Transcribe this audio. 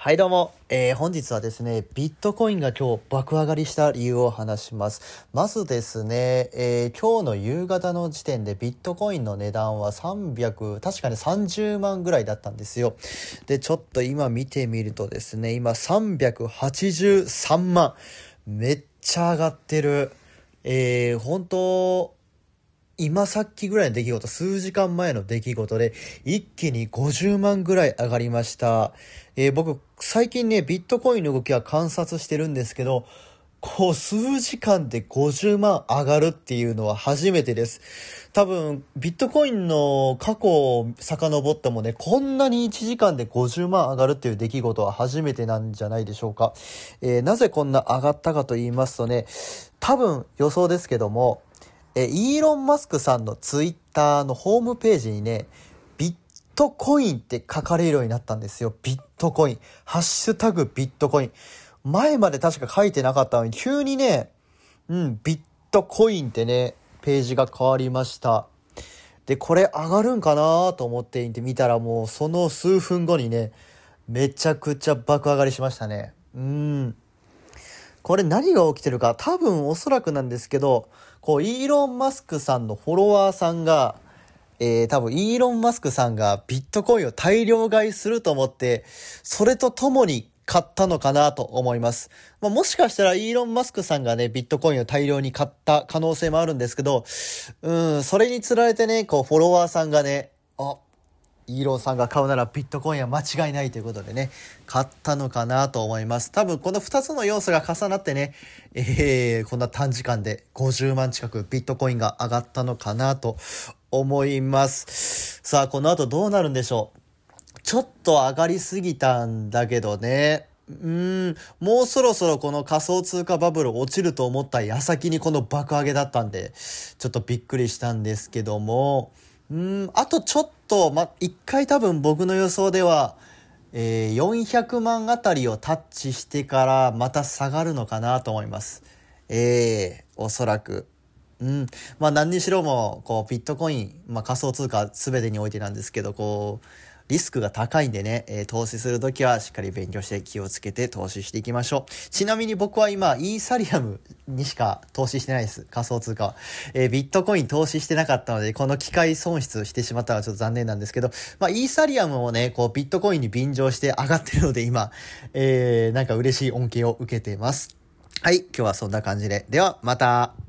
はいどうも、本日はですね、ビットコインが今日爆上がりした理由を話します。まずですね、今日の夕方の時点でビットコインの値段は確かに30万ぐらいだったんですよ。で、ちょっと今見てみるとですね、今383万。めっちゃ上がってる。本当今さっきぐらいの出来事、数時間前の出来事で、一気に50万ぐらい上がりました。僕、最近ね、ビットコインの動きは観察してるんですけど、数時間で50万上がるっていうのは初めてです。多分、ビットコインの過去を遡ってもね、こんなに1時間で50万上がるっていう出来事は初めてなんじゃないでしょうか。なぜこんな上がったかと言いますとね、多分予想ですけども、イーロン・マスクさんのツイッターのホームページにね、ビットコインって書かれるようになったんですよ。ビットコイン。ハッシュタグビットコイン。前まで確か書いてなかったのに、急にね、ビットコインってね、ページが変わりました。で、これ上がるんかなと思って見たらもうその数分後にね、めちゃくちゃ爆上がりしましたね。これ何が起きてるか、多分おそらくなんですけど、イーロン・マスクさんのフォロワーさんが、多分イーロン・マスクさんがビットコインを大量買いすると思って、それとともに買ったのかなと思います。もしかしたらイーロン・マスクさんがね、ビットコインを大量に買った可能性もあるんですけど、それにつられてね、フォロワーさんがね、イーロンさんが買うならビットコインは間違いないということでね、買ったのかなと思います。多分この2つの要素が重なってね、こんな短時間で50万近くビットコインが上がったのかなと思います。さあ、この後どうなるんでしょう。ちょっと上がりすぎたんだけどね。もうそろそろこの仮想通貨バブル落ちると思った矢先にこの爆上げだったんで、ちょっとびっくりしたんですけども、あとちょっと、一回多分僕の予想では、400万あたりをタッチしてからまた下がるのかなと思います。おそらく。何にしろも、ビットコイン、仮想通貨全てにおいてなんですけど、リスクが高いんでね、投資するときはしっかり勉強して気をつけて投資していきましょう。ちなみに僕は今、イーサリアムにしか投資してないです。仮想通貨は。ビットコイン投資してなかったので、この機会損失してしまったのはちょっと残念なんですけど、イーサリアムもね、ビットコインに便乗して上がってるので今、なんか嬉しい恩恵を受けています。はい、今日はそんな感じで。では、また。